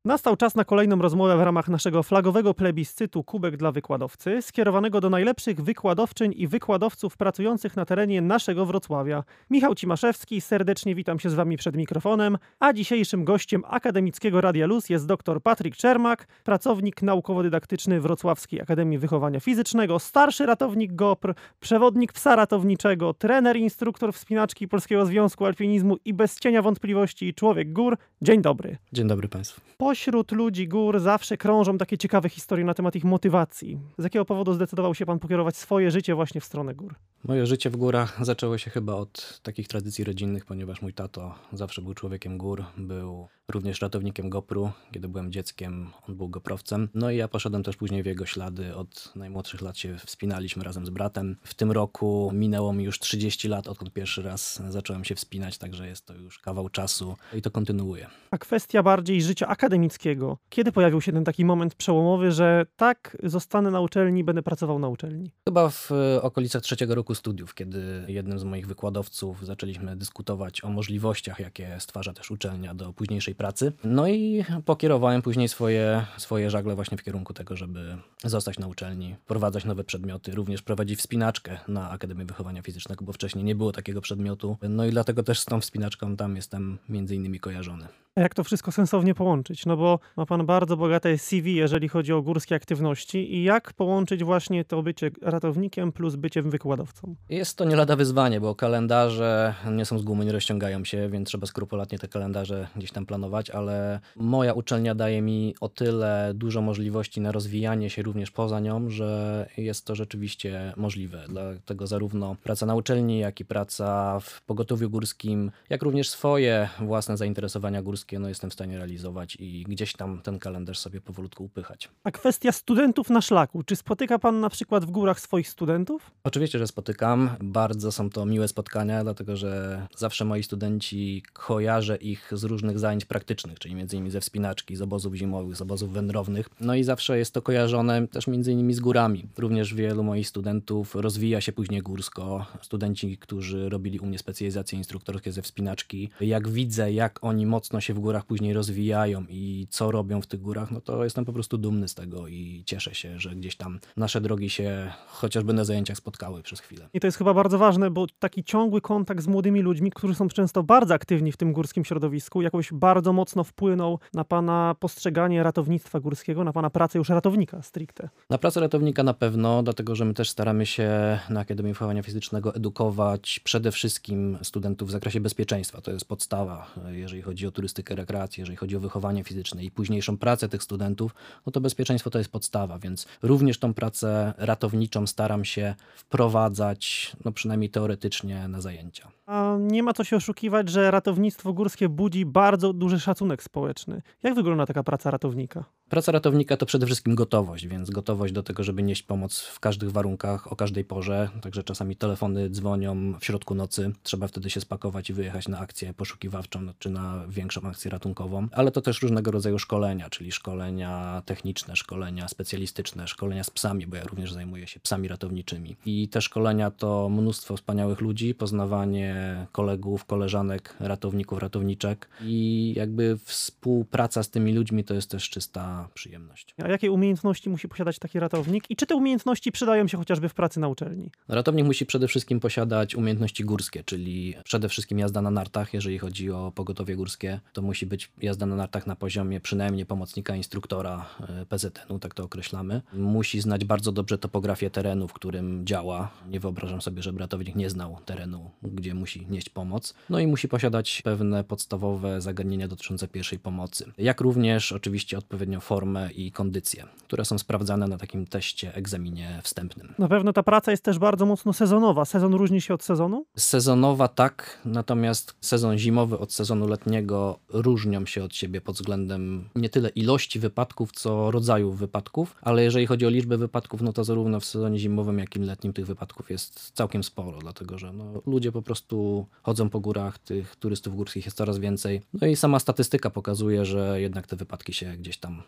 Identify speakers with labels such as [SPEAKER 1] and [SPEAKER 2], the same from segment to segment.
[SPEAKER 1] Nastał czas na kolejną rozmowę w ramach naszego flagowego plebiscytu Kubek dla Wykładowcy, skierowanego do najlepszych wykładowczyń i wykładowców pracujących na terenie naszego Wrocławia. Michał Cimaszewski, serdecznie witam się z Wami przed mikrofonem, a dzisiejszym gościem Akademickiego Radia Luz jest dr Patryk Czermak, pracownik naukowo-dydaktyczny Wrocławskiej Akademii Wychowania Fizycznego, starszy ratownik GOPR, przewodnik psa ratowniczego, trener i instruktor wspinaczki Polskiego Związku Alpinizmu i bez cienia wątpliwości człowiek gór. Dzień dobry.
[SPEAKER 2] Dzień dobry Państwu.
[SPEAKER 1] Pośród ludzi gór zawsze krążą takie ciekawe historie na temat ich motywacji. Z jakiego powodu zdecydował się pan pokierować swoje życie właśnie w stronę gór?
[SPEAKER 2] Moje życie w górach zaczęło się chyba od takich tradycji rodzinnych, ponieważ mój tato zawsze był człowiekiem gór, był również ratownikiem GOPR-u. Kiedy byłem dzieckiem, on był goprowcem. No i ja poszedłem też później w jego ślady. Od najmłodszych lat się wspinaliśmy razem z bratem. W tym roku minęło mi już 30 lat, odkąd pierwszy raz zacząłem się wspinać, także jest to już kawał czasu i to kontynuuję.
[SPEAKER 1] A kwestia bardziej życia akademickiego. Kiedy pojawił się ten taki moment przełomowy, że tak, zostanę na uczelni, będę pracował na uczelni?
[SPEAKER 2] Chyba w okolicach 3. roku studiów, kiedy jednym z moich wykładowców zaczęliśmy dyskutować o możliwościach, jakie stwarza też uczelnia do późniejszej pracy. No i pokierowałem później swoje żagle właśnie w kierunku tego, żeby zostać na uczelni, wprowadzać nowe przedmioty, również prowadzić wspinaczkę na Akademii Wychowania Fizycznego, bo wcześniej nie było takiego przedmiotu. No i dlatego też z tą wspinaczką tam jestem między innymi kojarzony.
[SPEAKER 1] A jak to wszystko sensownie połączyć? No bo ma pan bardzo bogate CV, jeżeli chodzi o górskie aktywności i jak połączyć właśnie to bycie ratownikiem plus byciem wykładowcą?
[SPEAKER 2] Jest to nie lada wyzwanie, bo kalendarze nie są z gumy, nie rozciągają się, więc trzeba skrupulatnie te kalendarze gdzieś tam planować, ale moja uczelnia daje mi o tyle dużo możliwości na rozwijanie się również poza nią, że jest to rzeczywiście możliwe. Dlatego zarówno praca na uczelni, jak i praca w pogotowiu górskim, jak również swoje własne zainteresowania górskie, no jestem w stanie realizować i gdzieś tam ten kalendarz sobie powolutku upychać.
[SPEAKER 1] A kwestia studentów na szlaku. Czy spotyka pan na przykład w górach swoich studentów?
[SPEAKER 2] Oczywiście, że spotykam. Bardzo są to miłe spotkania, dlatego że zawsze moi studenci kojarzę ich z różnych zajęć praktycznych, czyli m.in. ze wspinaczki, z obozów zimowych, z obozów wędrownych. No i zawsze jest to kojarzone też m.in. z górami. Również wielu moich studentów rozwija się później górsko. Studenci, którzy robili u mnie specjalizacje instruktorskie ze wspinaczki, jak widzę, jak oni mocno się w górach później rozwijają i co robią w tych górach, no to jestem po prostu dumny z tego i cieszę się, że gdzieś tam nasze drogi się chociażby na zajęciach spotkały przez chwilę.
[SPEAKER 1] I to jest chyba bardzo ważne, bo taki ciągły kontakt z młodymi ludźmi, którzy są często bardzo aktywni w tym górskim środowisku, jakoś bardzo mocno wpłynął na pana postrzeganie ratownictwa górskiego, na pana pracę już ratownika stricte.
[SPEAKER 2] Na pracę ratownika na pewno, dlatego że my też staramy się na Akademii Wychowania Fizycznego edukować przede wszystkim studentów w zakresie bezpieczeństwa. To jest podstawa, jeżeli chodzi o turystykę, rekreację, jeżeli chodzi o wychowanie fizyczne i późniejszą pracę tych studentów, no to bezpieczeństwo to jest podstawa, więc również tą pracę ratowniczą staram się wprowadzać, no przynajmniej teoretycznie na zajęcia.
[SPEAKER 1] A nie ma co się oszukiwać, że ratownictwo górskie budzi bardzo duży szacunek społeczny. Jak wygląda taka praca ratownika?
[SPEAKER 2] Praca ratownika to przede wszystkim gotowość, więc gotowość do tego, żeby nieść pomoc w każdych warunkach, o każdej porze. Także czasami telefony dzwonią w środku nocy. Trzeba wtedy się spakować i wyjechać na akcję poszukiwawczą czy na większą akcję ratunkową. Ale to też różnego rodzaju szkolenia, czyli szkolenia techniczne, szkolenia specjalistyczne, szkolenia z psami, bo ja również zajmuję się psami ratowniczymi. I te szkolenia to mnóstwo wspaniałych ludzi, poznawanie kolegów, koleżanek, ratowników, ratowniczek i jakby współpraca z tymi ludźmi to jest też czysta przyjemność.
[SPEAKER 1] A jakie umiejętności musi posiadać taki ratownik i czy te umiejętności przydają się chociażby w pracy na uczelni?
[SPEAKER 2] Ratownik musi przede wszystkim posiadać umiejętności górskie, czyli przede wszystkim jazda na nartach, jeżeli chodzi o pogotowie górskie, to musi być jazda na nartach na poziomie przynajmniej pomocnika instruktora PZN-u, tak to określamy. Musi znać bardzo dobrze topografię terenu, w którym działa. Nie wyobrażam sobie, żeby ratownik nie znał terenu, gdzie musi nieść pomoc. No i musi posiadać pewne podstawowe zagadnienia dotyczące pierwszej pomocy. Jak również oczywiście odpowiednią formę i kondycję, które są sprawdzane na takim teście, egzaminie wstępnym.
[SPEAKER 1] Na pewno ta praca jest też bardzo mocno sezonowa. Sezon różni się od sezonu?
[SPEAKER 2] Sezonowa tak, natomiast sezon zimowy od sezonu letniego różnią się od siebie pod względem nie tyle ilości wypadków, co rodzaju wypadków, ale jeżeli chodzi o liczbę wypadków, no to zarówno w sezonie zimowym, jak i letnim tych wypadków jest całkiem sporo, dlatego że ludzie po prostu chodzą po górach, tych turystów górskich jest coraz więcej. No i sama statystyka pokazuje, że jednak te wypadki się gdzieś tam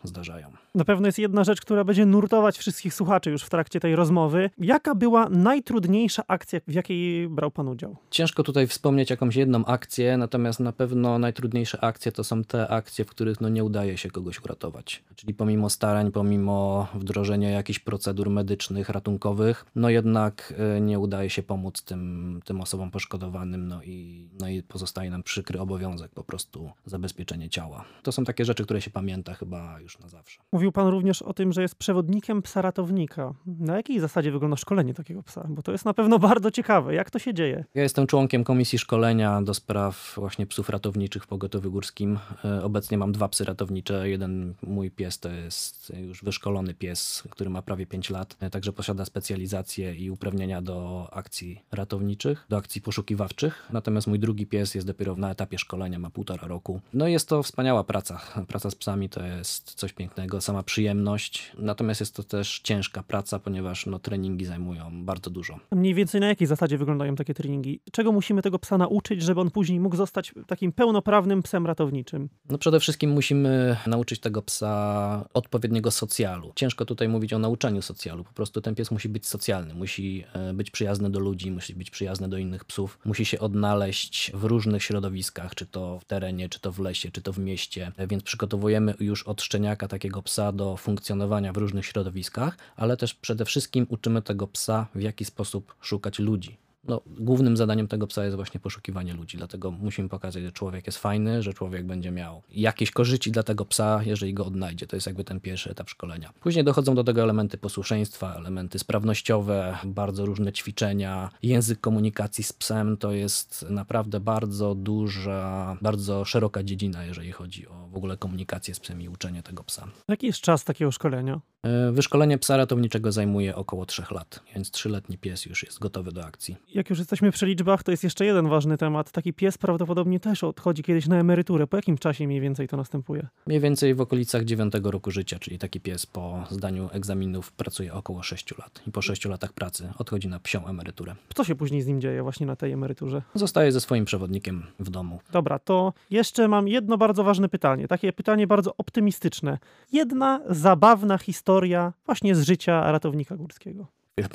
[SPEAKER 2] zdarzają.
[SPEAKER 1] Na pewno jest jedna rzecz, która będzie nurtować wszystkich słuchaczy już w trakcie tej rozmowy. Jaka była najtrudniejsza akcja, w jakiej brał pan udział?
[SPEAKER 2] Ciężko tutaj wspomnieć jakąś jedną akcję, natomiast na pewno najtrudniejsze akcje to są te akcje, w których nie udaje się kogoś uratować. Czyli pomimo starań, pomimo wdrożenia jakichś procedur medycznych, ratunkowych, jednak nie udaje się pomóc tym osobom poszkodowanym, i pozostaje nam przykry obowiązek po prostu zabezpieczenie ciała. To są takie rzeczy, które się pamięta chyba już na zawsze.
[SPEAKER 1] Mówił pan również o tym, że jest przewodnikiem psa ratownika. Na jakiej zasadzie wygląda szkolenie takiego psa? Bo to jest na pewno bardzo ciekawe. Jak to się dzieje?
[SPEAKER 2] Ja jestem członkiem komisji szkolenia do spraw właśnie psów ratowniczych w pogotowiu górskim. Obecnie mam 2 psy ratownicze. Jeden mój pies to jest już wyszkolony pies, który ma prawie 5 lat. Także posiada specjalizację i uprawnienia do akcji ratowniczych, do akcji poszukiwawczych. Natomiast mój drugi pies jest dopiero na etapie szkolenia, ma 1,5 roku. Jest to wspaniała praca. Praca z psami to jest coś pięknego, sama przyjemność. Natomiast jest to też ciężka praca, ponieważ treningi zajmują bardzo dużo.
[SPEAKER 1] Mniej więcej na jakiej zasadzie wyglądają takie treningi? Czego musimy tego psa nauczyć, żeby on później mógł zostać takim pełnoprawnym psem ratowniczym?
[SPEAKER 2] Przede wszystkim musimy nauczyć tego psa odpowiedniego socjalu. Ciężko tutaj mówić o nauczaniu socjalu. Po prostu ten pies musi być socjalny, musi być przyjazny do ludzi, musi być przyjazny do innych psów, musi się odnaleźć w różnych środowiskach, czy to w terenie, czy to w lesie, czy to w mieście. Więc przygotowujemy już od szczeniaka takiego psa do funkcjonowania w różnych środowiskach, ale też przede wszystkim uczymy tego psa, w jaki sposób szukać ludzi. Głównym zadaniem tego psa jest właśnie poszukiwanie ludzi, dlatego musimy pokazać, że człowiek jest fajny, że człowiek będzie miał jakieś korzyści dla tego psa, jeżeli go odnajdzie. To jest jakby ten pierwszy etap szkolenia. Później dochodzą do tego elementy posłuszeństwa, elementy sprawnościowe, bardzo różne ćwiczenia. Język komunikacji z psem to jest naprawdę bardzo duża, bardzo szeroka dziedzina, jeżeli chodzi o w ogóle komunikację z psem i uczenie tego psa.
[SPEAKER 1] Jaki jest czas takiego szkolenia?
[SPEAKER 2] Wyszkolenie psa ratowniczego zajmuje około 3 lat, więc 3-letni pies już jest gotowy do akcji.
[SPEAKER 1] Jak już jesteśmy przy liczbach, to jest jeszcze jeden ważny temat. Taki pies prawdopodobnie też odchodzi kiedyś na emeryturę. Po jakim czasie mniej więcej to następuje?
[SPEAKER 2] Mniej więcej w okolicach 9 roku życia, czyli taki pies po zdaniu egzaminów pracuje około 6 lat i po 6 latach pracy odchodzi na psią emeryturę.
[SPEAKER 1] Co się później z nim dzieje właśnie na tej emeryturze?
[SPEAKER 2] Zostaje ze swoim przewodnikiem w domu.
[SPEAKER 1] Dobra, to jeszcze mam jedno bardzo ważne pytanie. Takie pytanie bardzo optymistyczne. Jedna zabawna historia właśnie z życia ratownika górskiego.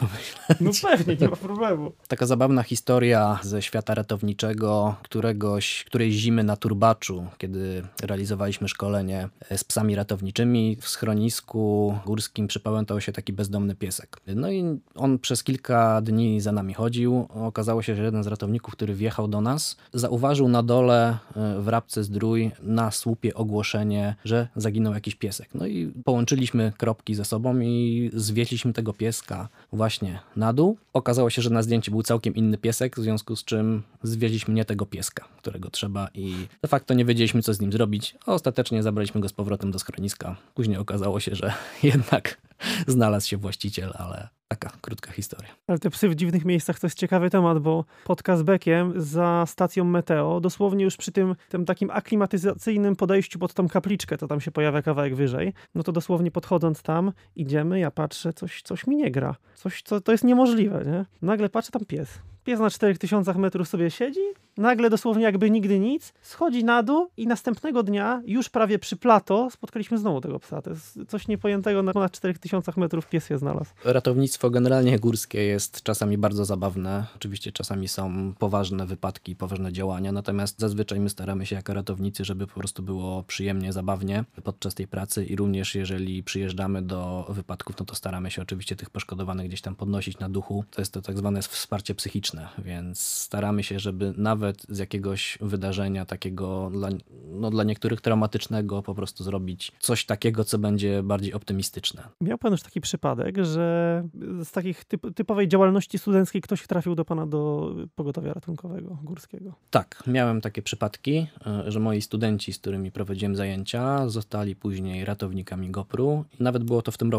[SPEAKER 1] No pewnie, nie ma problemu.
[SPEAKER 2] Taka zabawna historia ze świata ratowniczego, którejś zimy na Turbaczu, kiedy realizowaliśmy szkolenie z psami ratowniczymi, w schronisku górskim przypamiętał się taki bezdomny piesek. I on przez kilka dni za nami chodził. Okazało się, że jeden z ratowników, który wjechał do nas, zauważył na dole w Rabce Zdrój na słupie ogłoszenie, że zaginął jakiś piesek. I połączyliśmy kropki ze sobą i zwieźliśmy tego pieska właśnie na dół. Okazało się, że na zdjęciu był całkiem inny piesek, w związku z czym zwieźliśmy nie tego pieska, którego trzeba i de facto nie wiedzieliśmy, co z nim zrobić. Ostatecznie zabraliśmy go z powrotem do schroniska. Później okazało się, że jednak znalazł się właściciel, ale taka krótka historia.
[SPEAKER 1] Ale te psy w dziwnych miejscach to jest ciekawy temat, bo pod Kazbekiem za stacją Meteo, dosłownie już przy tym takim aklimatyzacyjnym podejściu pod tą kapliczkę, to tam się pojawia kawałek wyżej, to dosłownie podchodząc tam, idziemy, ja patrzę, coś mi nie gra. To jest niemożliwe, nie? Nagle patrzę, tam pies. Pies na 4000 metrów sobie siedzi, nagle dosłownie jakby nigdy nic, schodzi na dół i następnego dnia, już prawie przy plato, spotkaliśmy znowu tego psa. To jest coś niepojętego, na 4000 metrów pies się znalazł.
[SPEAKER 2] Ratownictwo generalnie górskie jest czasami bardzo zabawne. Oczywiście czasami są poważne wypadki, poważne działania, natomiast zazwyczaj my staramy się jako ratownicy, żeby po prostu było przyjemnie, zabawnie podczas tej pracy i również jeżeli przyjeżdżamy do wypadków, to staramy się oczywiście tych poszkodowanych gdzieś tam podnosić na duchu. To jest to tak zwane wsparcie psychiczne, więc staramy się, żeby nawet z jakiegoś wydarzenia takiego dla niektórych traumatycznego po prostu zrobić coś takiego, co będzie bardziej optymistyczne.
[SPEAKER 1] Miał pan już taki przypadek, że z takich typowej działalności studenckiej ktoś trafił do pana do pogotowia ratunkowego górskiego?
[SPEAKER 2] Tak, miałem takie przypadki, że moi studenci, z którymi prowadziłem zajęcia, zostali później ratownikami GoPru. Nawet było to w tym roku.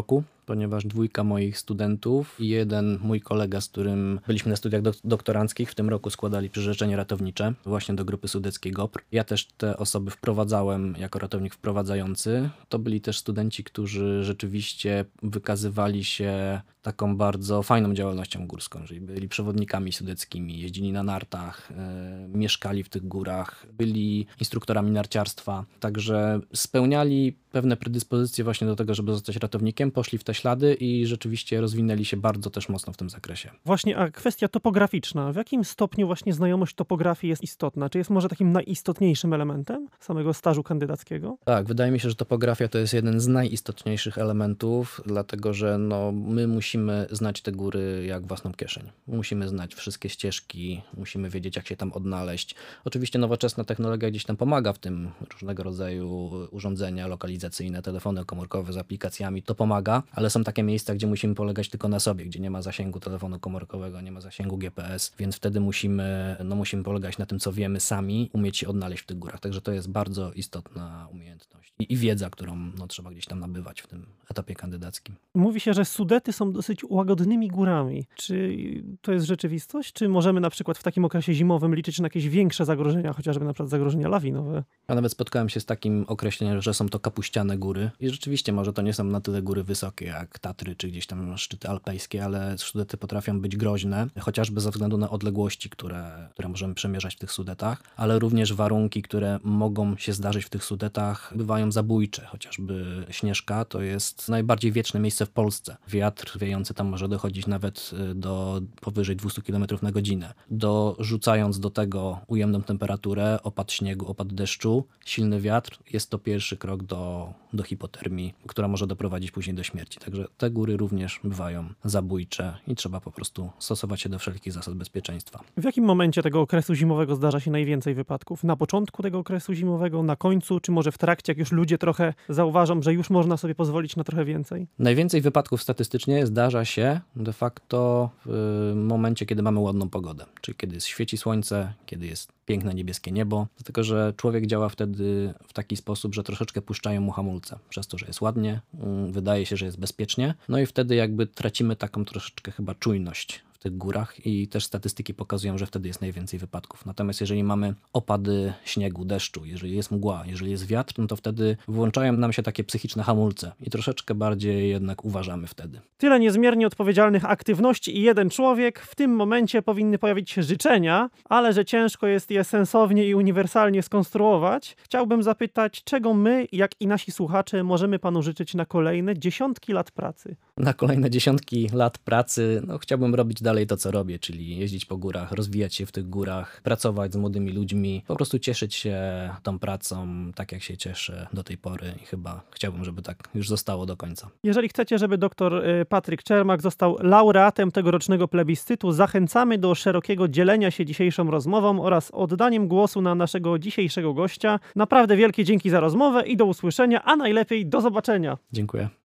[SPEAKER 2] ponieważ 2 moich studentów i 1 mój kolega, z którym byliśmy na studiach doktoranckich, w tym roku składali przyrzeczenie ratownicze właśnie do grupy sudeckiej GOPR. Ja też te osoby wprowadzałem jako ratownik wprowadzający. To byli też studenci, którzy rzeczywiście wykazywali się taką bardzo fajną działalnością górską, czyli byli przewodnikami sudeckimi, jeździli na nartach, mieszkali w tych górach, byli instruktorami narciarstwa, także spełniali pewne predyspozycje właśnie do tego, żeby zostać ratownikiem, poszli w te ślady i rzeczywiście rozwinęli się bardzo też mocno w tym zakresie.
[SPEAKER 1] Właśnie, a kwestia topograficzna. W jakim stopniu właśnie znajomość topografii jest istotna? Czy jest może takim najistotniejszym elementem samego stażu kandydackiego?
[SPEAKER 2] Tak, wydaje mi się, że topografia to jest jeden z najistotniejszych elementów, dlatego że my musimy znać te góry jak własną kieszeń. Musimy znać wszystkie ścieżki, musimy wiedzieć, jak się tam odnaleźć. Oczywiście nowoczesna technologia gdzieś tam pomaga w tym, różnego rodzaju urządzenia lokalizacyjne, telefony komórkowe z aplikacjami, to pomaga, ale są takie miejsca, gdzie musimy polegać tylko na sobie, gdzie nie ma zasięgu telefonu komórkowego, nie ma zasięgu GPS, więc wtedy musimy polegać na tym, co wiemy sami, umieć się odnaleźć w tych górach. Także to jest bardzo istotna umiejętność i wiedza, którą trzeba gdzieś tam nabywać w tym etapie kandydackim.
[SPEAKER 1] Mówi się, że Sudety są dosyć łagodnymi górami. Czy to jest rzeczywistość? Czy możemy na przykład w takim okresie zimowym liczyć na jakieś większe zagrożenia, chociażby na przykład zagrożenia lawinowe?
[SPEAKER 2] Ja nawet spotkałem się z takim określeniem, że są to kapuściane góry i rzeczywiście może to nie są na tyle góry wysokie jak Tatry czy gdzieś tam szczyty alpejskie, ale Sudety potrafią być groźne, chociażby ze względu na odległości, które możemy przemierzać w tych Sudetach, ale również warunki, które mogą się zdarzyć w tych Sudetach, bywają zabójcze. Chociażby Śnieżka to jest najbardziej wieczne miejsce w Polsce. Wiatr wiejący tam może dochodzić nawet do powyżej 200 km na godzinę. Dorzucając do tego ujemną temperaturę, opad śniegu, opad deszczu, silny wiatr, jest to pierwszy krok do hipotermii, która może doprowadzić później do śmierci. Także te góry również bywają zabójcze i trzeba po prostu stosować się do wszelkich zasad bezpieczeństwa.
[SPEAKER 1] W jakim momencie tego okresu zimowego zdarza się najwięcej wypadków? Na początku tego okresu zimowego, na końcu, czy może w trakcie, jak już ludzie trochę zauważą, że już można sobie pozwolić na trochę więcej?
[SPEAKER 2] Najwięcej wypadków statystycznie zdarza się de facto w momencie, kiedy mamy ładną pogodę, czyli kiedy świeci słońce, kiedy jest piękne niebieskie niebo, dlatego że człowiek działa wtedy w taki sposób, że troszeczkę puszczają mu hamulce, przez to, że jest ładnie, wydaje się, że jest bezpiecznie, no i wtedy jakby tracimy taką troszeczkę chyba czujność w tych górach i też statystyki pokazują, że wtedy jest najwięcej wypadków. Natomiast jeżeli mamy opady śniegu, deszczu, jeżeli jest mgła, jeżeli jest wiatr, no to wtedy włączają nam się takie psychiczne hamulce i troszeczkę bardziej jednak uważamy wtedy.
[SPEAKER 1] Tyle niezmiernie odpowiedzialnych aktywności i jeden człowiek. W tym momencie powinny pojawić się życzenia, ale że ciężko jest je sensownie i uniwersalnie skonstruować. Chciałbym zapytać, czego my, jak i nasi słuchacze, możemy panu życzyć na kolejne dziesiątki lat pracy?
[SPEAKER 2] Na kolejne dziesiątki lat pracy chciałbym robić dalej to, co robię, czyli jeździć po górach, rozwijać się w tych górach, pracować z młodymi ludźmi, po prostu cieszyć się tą pracą, tak jak się cieszę do tej pory i chyba chciałbym, żeby tak już zostało do końca.
[SPEAKER 1] Jeżeli chcecie, żeby dr Patryk Czermak został laureatem tegorocznego plebiscytu, zachęcamy do szerokiego dzielenia się dzisiejszą rozmową oraz oddaniem głosu na naszego dzisiejszego gościa. Naprawdę wielkie dzięki za rozmowę i do usłyszenia, a najlepiej do zobaczenia.
[SPEAKER 2] Dziękuję.